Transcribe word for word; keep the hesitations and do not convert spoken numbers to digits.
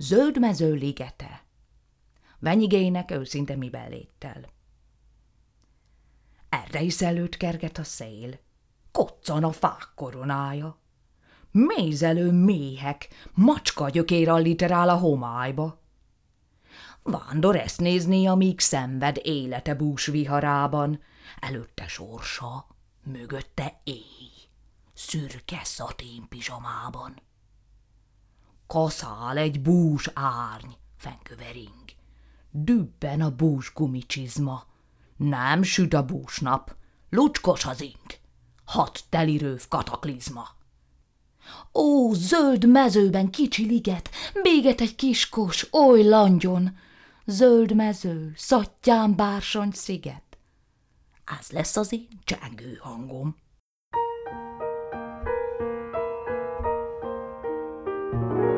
zöld mező ligete. Venyigének őszinte mibeléttel. Erdei előtt kerget a szél, koccan a fák koronája. Mézelő méhek, macska gyökér alliterál a homályba. Vándor ezt nézni, amíg szenved élete bús viharában, előtte sorsa, mögötte éj, szürke szatén pizsamában. Kaszál egy bús árny, fenkövering, dübben a bús gumicsizma, nem süt a búsnap, lucskos az ing, hat telirőv kataklizma. Ó, zöld mezőben kicsi liget, béget egy kiskos, oly langyon, zöld mező, szattyán bársony sziget. Ez lesz az én csengő hangom.